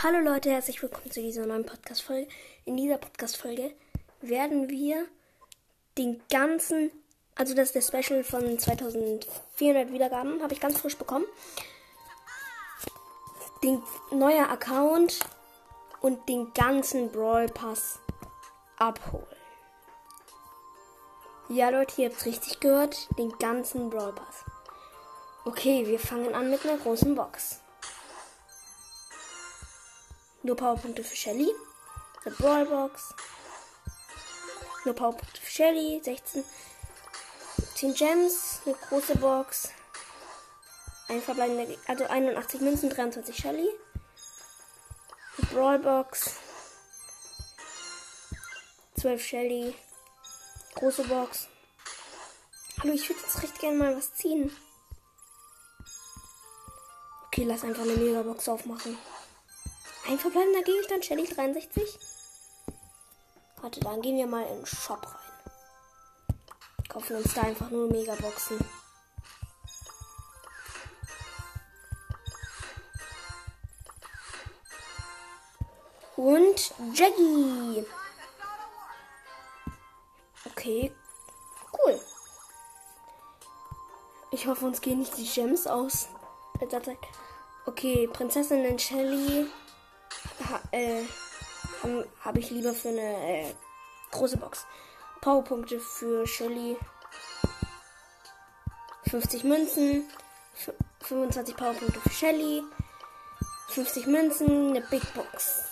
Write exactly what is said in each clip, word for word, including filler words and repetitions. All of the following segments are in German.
Hallo Leute, herzlich willkommen zu dieser neuen Podcast-Folge. In dieser Podcast-Folge werden wir den ganzen, also das ist der Special von zweitausendvierhundert Wiedergaben, habe ich ganz frisch bekommen, den neuer Account und den ganzen Brawl Pass abholen. Ja Leute, ihr habt richtig gehört, den ganzen Brawl Pass. Okay, wir fangen an mit einer großen Box. Nur Powerpunkte für Shelly. Eine Brawlbox. Nur Powerpunkte für Shelly. sechzehn. zehn Gems. Eine große Box. Ein verbleibender, also einundachtzig Münzen, dreiundzwanzig Shelly. Eine Brawlbox. zwölf Shelly. Große Box. Hallo, ich würde jetzt richtig gerne mal was ziehen. Okay, lass einfach eine Megabox aufmachen. Ein verbleibender Gegenstand, Shelly dreiundsechzig. Warte, dann gehen wir mal in den Shop rein. Kaufen uns da einfach nur Megaboxen. Und Jackie. Okay, cool. Ich hoffe, uns gehen nicht die Gems aus. Okay, Prinzessinnen Shelly ha, äh, habe hab ich lieber für eine äh, große Box. Powerpunkte für Shelly. fünfzig Münzen. fünfundzwanzig Powerpunkte für Shelly. fünfzig Münzen. Eine Big Box.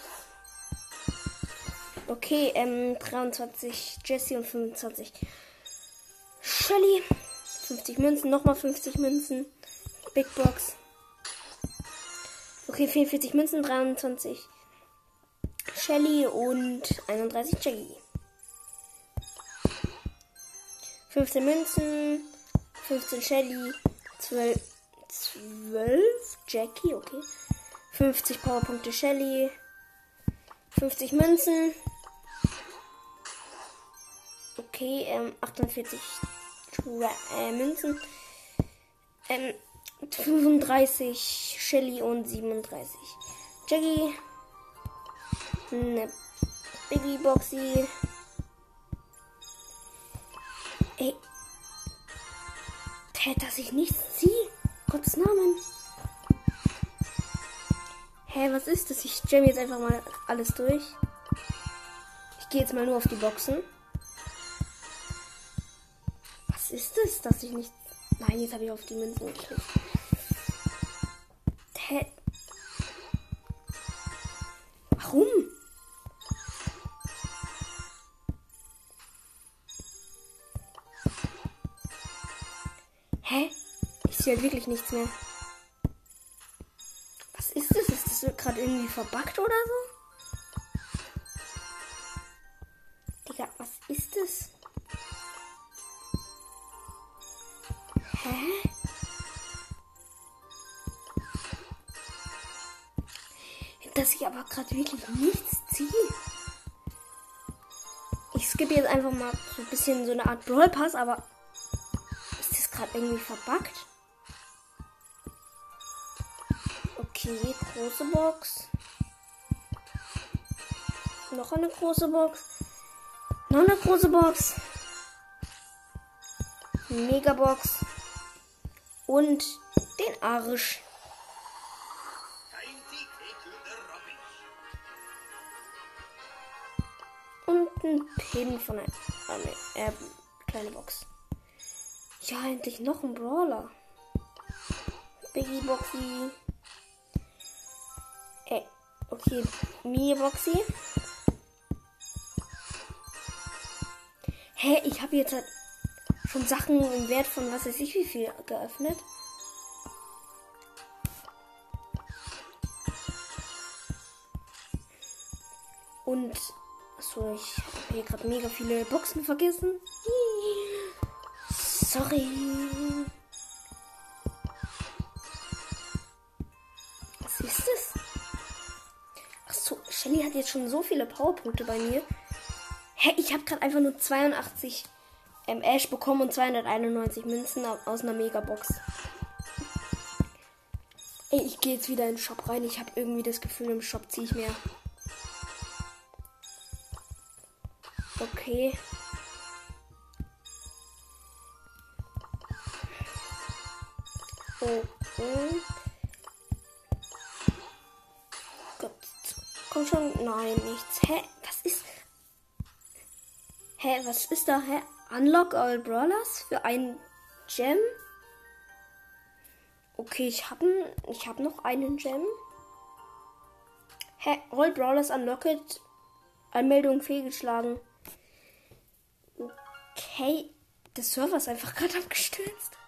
Okay, ähm, dreiundzwanzig Jessie und fünfundzwanzig Shelly. fünfzig Münzen. Nochmal fünfzig Münzen. Big Box. Okay, vierundvierzig Münzen, dreiundzwanzig Shelly und einunddreißig Jackie. fünfzehn Münzen, fünfzehn Shelly, zwölf, zwölf Jackie, okay. fünfzig Powerpunkte Shelly, fünfzig Münzen. Okay, ähm, achtundvierzig äh, Münzen. Ähm, fünfunddreißig Shelly und siebenunddreißig Jackie. Eine Biggie Boxy. Ey. Hä, dass ich nichts ziehe? Gottes Namen. Hä, was ist das? Ich jam jetzt einfach mal alles durch. Ich gehe jetzt mal nur auf die Boxen. Was ist das, dass ich nicht... Nein, jetzt habe ich auf die Münzen geklickt. Hä? Warum? Hä? Ich sehe halt wirklich nichts mehr. Was ist das? Ist das gerade irgendwie verbuggt oder so? Digga, was ist das? Hä? Dass ich aber gerade wirklich nichts ziehe. Ich skippe jetzt einfach mal so ein bisschen so eine Art Brawl Pass, aber ist das gerade irgendwie verbuggt? Okay, große Box. Noch eine große Box. Noch eine große Box. Megabox. Und den Arsch. Und ein Pin von einer eine, äh, kleine Box. Ja, endlich noch ein Brawler. Biggie Boxy. Äh, okay. Mini Boxy. Hä, ich habe jetzt halt schon Sachen im Wert von was weiß ich wie viel geöffnet. Und achso, ich habe hier gerade mega viele Boxen vergessen. Sorry. Was ist das? Achso, Shelly hat jetzt schon so viele Powerpunkte bei mir. Hä, ich habe gerade einfach nur zweiundachtzig ähm, Ash bekommen und zweihunderteinundneunzig Münzen aus einer Megabox. Ey, ich gehe jetzt wieder in den Shop rein. Ich habe irgendwie das Gefühl, im Shop ziehe ich mehr. Okay. Oh, oh. Gott. Komm schon. Nein, nichts. Hä? Was ist... Hä? Was ist da? Hä? Unlock all Brawlers für ein Gem? Okay, ich habe ich hab noch einen Gem. Hä? All Brawlers unlocked. Anmeldung fehlgeschlagen. Okay. Der Server ist einfach gerade abgestürzt.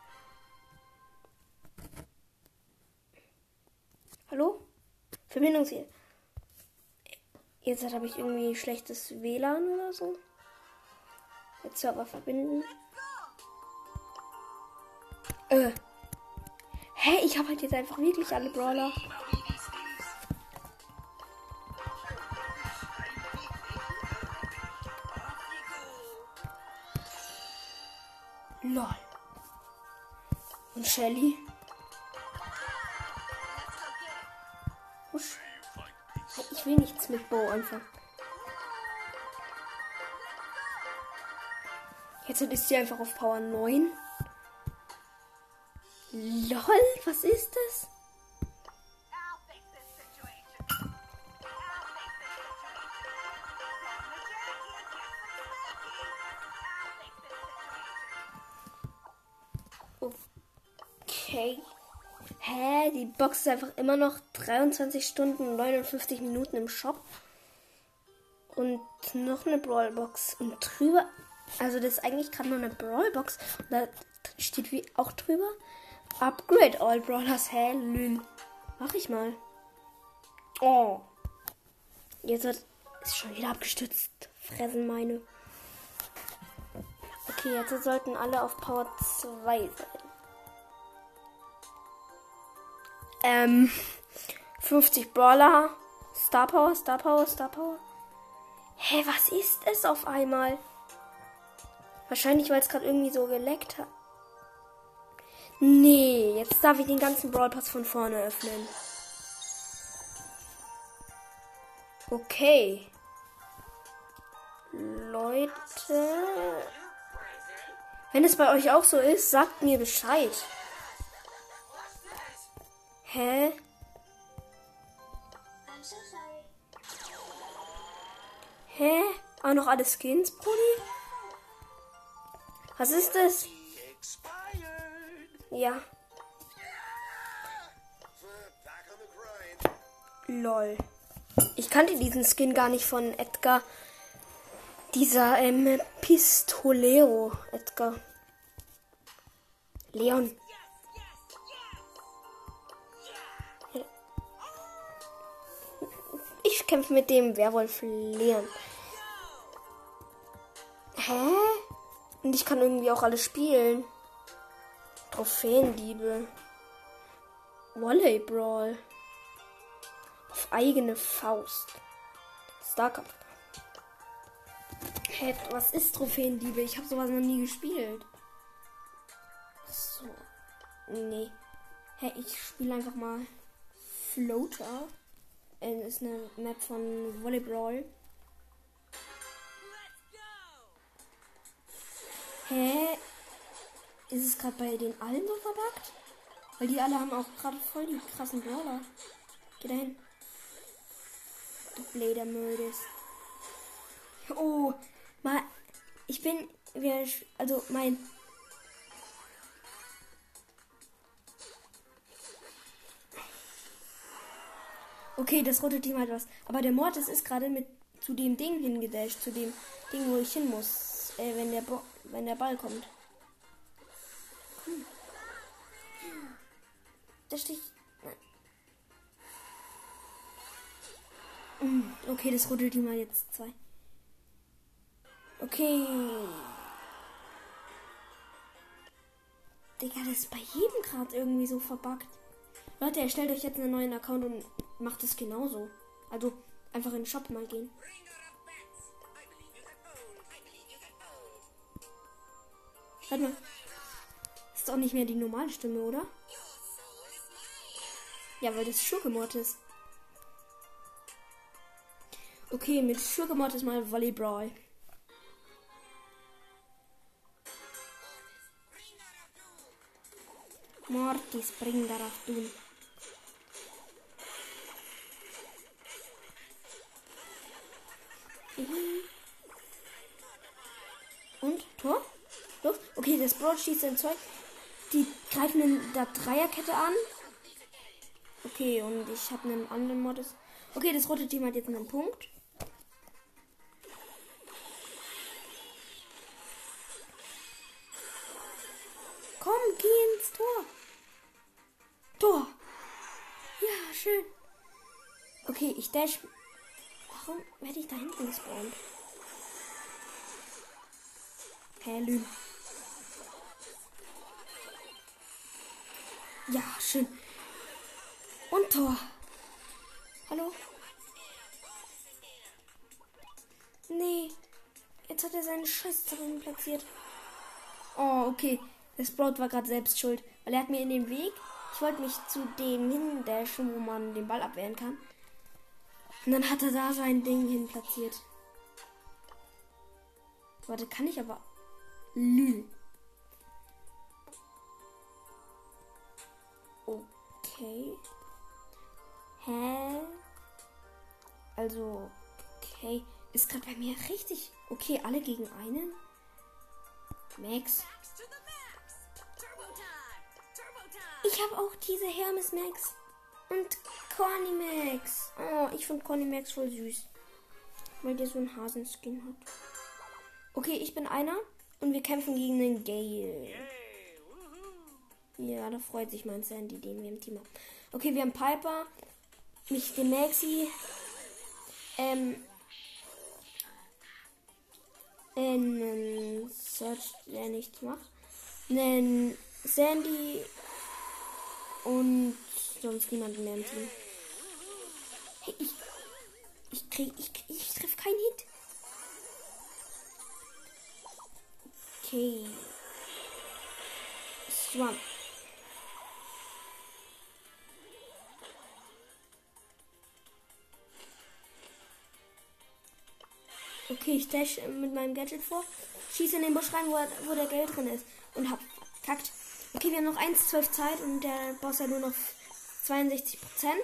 Hallo? Verbindungsziel. Jetzt habe ich irgendwie schlechtes W L A N oder so. Jetzt Server verbinden. Äh. Hä? Hey, ich habe halt jetzt einfach wirklich alle Brawler. Lol. Und Shelly? Husch. Ich will nichts mit Bo einfach. Jetzt ist sie einfach auf Power neun. Lol, was ist das? Okay. Hä? Die Box ist einfach immer noch dreiundzwanzig Stunden und neunundfünfzig Minuten im Shop. Und noch eine Brawlbox. Und drüber, also das ist eigentlich gerade nur eine Brawlbox. Und da steht wie auch drüber. Upgrade all Brawlers. Hä? Lün. Mach ich mal. Oh. Jetzt hat, ist schon wieder abgestürzt. Fressen meine. Okay, jetzt sollten alle auf Power zwei sein. Ähm, fünfzig Brawler. Star Power, Star Power, Star Power. Hä, was ist es auf einmal? Wahrscheinlich, weil es gerade irgendwie so geleckt hat. Nee, jetzt darf ich den ganzen Brawl Pass von vorne öffnen. Okay. Leute. Wenn es bei euch auch so ist, sagt mir Bescheid. Hä? Hä? Auch noch alle Skins, Brudi? Was ist das? Ja. Lol. Ich kannte diesen Skin gar nicht von Edgar. Dieser ähm, Pistolero Edgar. Leon. Ich kämpfe mit dem Werwolf Leon. Hä? Und ich kann irgendwie auch alle spielen. Trophäendiebe. Volley Brawl. Auf eigene Faust. Starkampf. Hä, was ist Trophäendiebe? Ich habe sowas noch nie gespielt. So. Nee. Hä, ich spiele einfach mal Floater. Äh, ist eine Map von Volley Brawl. Hä? Ist es gerade bei den allen so verbuggt? Weil die alle haben auch gerade voll die krassen Brawler. Geh da hin. Du Blader mördest. Oh, mal. Ich bin. Also mein. Okay, das rote Team hat was. Aber der Mortis ist gerade mit zu dem Ding hingedasht. Zu dem Ding, wo ich hin muss. Äh, wenn der, Bo wenn der Ball kommt. Komm. Da steht. Okay, das rote Team hat jetzt zwei. Okay. Digga, das ist bei jedem gerade irgendwie so verbuggt. Leute, erstellt euch jetzt einen neuen Account und macht es genauso. Also einfach in den Shop mal gehen. Warte mal. Ist doch nicht mehr die normale Stimme, oder? Ja, weil das Schurke-Mod ist. Okay, mit Schurke-Mod ist mal Volleyball. Mortis, bring darauf tun. Und? Tor? Los. Okay, das Brawl schießt ein Zeug. Die greifen in der Dreierkette an. Okay, und ich habe einen anderen Modus. Okay, das rote Team hat jetzt einen Punkt. Komm, geh ins Tor. Tor. Ja, schön. Okay, ich dash. Warum werde ich da hinten gespawnt? Hä, Lü. Ja, schön. Und Tor. Hallo? Nee. Jetzt hat er seinen Schuss drin platziert. Oh, okay. Das Sprout war gerade selbst schuld. Weil er hat mir in den Weg. Ich wollte mich zu dem hindashen, wo man den Ball abwehren kann. Und dann hat er da sein Ding hin platziert. Warte, kann ich aber... Lü. Okay. Hä? Also, okay. Ist gerade bei mir richtig. Okay, alle gegen einen? Max. Ich habe auch diese Hermes Max. Und Conny Max. Oh, ich finde Conny Max voll süß. Weil der so einen Hasenskin hat. Okay, ich bin einer. Und wir kämpfen gegen den Gale. Ja, da freut sich mein Sandy, den wir im Team haben. Okay, wir haben Piper. Mich, den Maxi. Ähm. Einen Search, der nichts macht. Einen Sandy. Und sonst niemanden mehr im Team. Hey, ich. Ich krieg. Ich, ich treffe keinen Hit. Okay. Swamp. Okay, ich dash mit meinem Gadget vor. Schieße in den Busch rein, wo, wo der Geld drin ist. Und hab kackt. Okay, wir haben noch eins Komma zwölf Zeit und der Boss hat nur noch zweiundsechzig Prozent.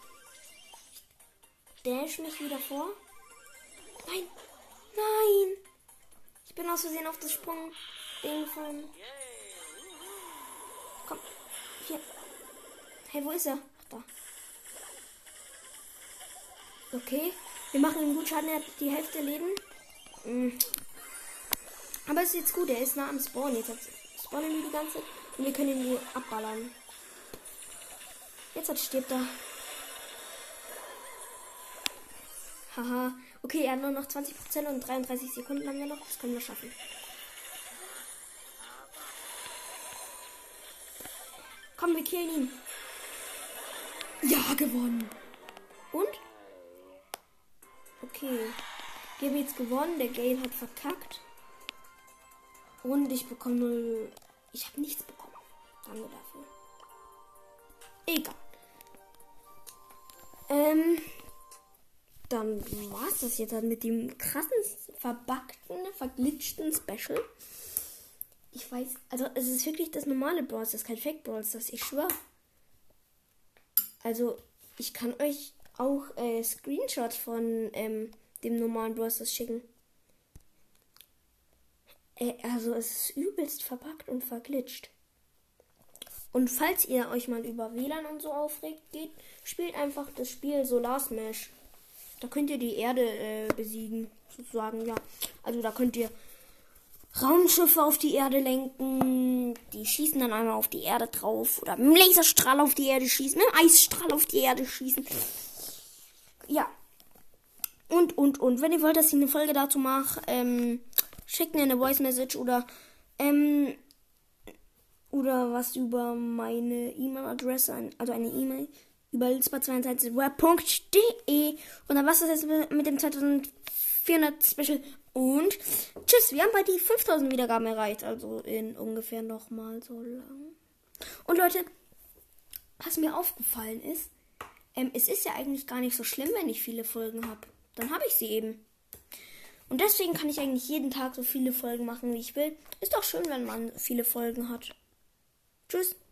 Ich dash mich wieder vor. Nein. Nein. Ich bin aus Versehen auf das Sprung-Ding von... Komm. Hier. Hey, wo ist er? Ach, da. Okay. Wir machen ihm gut Schaden. Er hat die Hälfte Leben. Mhm. Aber es ist jetzt gut. Er ist nah am Spawn. Jetzt hat spawnen wir die ganze Zeit. Und wir können ihn nur abballern. Jetzt hat stirbt er. Haha. Okay, er hat nur noch zwanzig Prozent und dreiunddreißig Sekunden haben wir noch. Das können wir schaffen. Komm, wir killen ihn. Ja, gewonnen. Und? Okay. Wir haben jetzt gewonnen. Der Gale hat verkackt. Und ich bekomme null. Ich habe nichts bekommen. Danke dafür. Egal. Ähm. Dann war es das jetzt halt mit dem krassen, verbackten, verglitschten Special. Ich weiß, also es ist wirklich das normale Brawl Stars, kein Fake Brawl Stars, ich schwör. Also ich kann euch auch äh, Screenshots von ähm, dem normalen Brawl Stars schicken. Äh, also es ist übelst verbuggt und verglitscht. Und falls ihr euch mal über W L A N und so aufregt, geht, spielt einfach das Spiel Solar Smash. Da könnt ihr die Erde äh, besiegen, sozusagen, ja. Also da könnt ihr Raumschiffe auf die Erde lenken. Die schießen dann einmal auf die Erde drauf. Oder mit dem Laserstrahl auf die Erde schießen. Mit dem Eisstrahl auf die Erde schießen. Ja. Und, und, und. Wenn ihr wollt, dass ich eine Folge dazu mache, ähm, schickt mir eine Voice Message oder, ähm, oder was über meine E-Mail-Adresse, also eine E-Mail. Über lispa zweiundzwanzig web punkt de. Und dann war's das jetzt mit dem zweitausendvierhundert Special. Und tschüss, wir haben bald die fünftausend Wiedergaben erreicht. Also in ungefähr nochmal so lang. Und Leute, was mir aufgefallen ist, ähm, es ist ja eigentlich gar nicht so schlimm, wenn ich viele Folgen habe. Dann habe ich sie eben. Und deswegen kann ich eigentlich jeden Tag so viele Folgen machen, wie ich will. Ist doch schön, wenn man viele Folgen hat. Tschüss.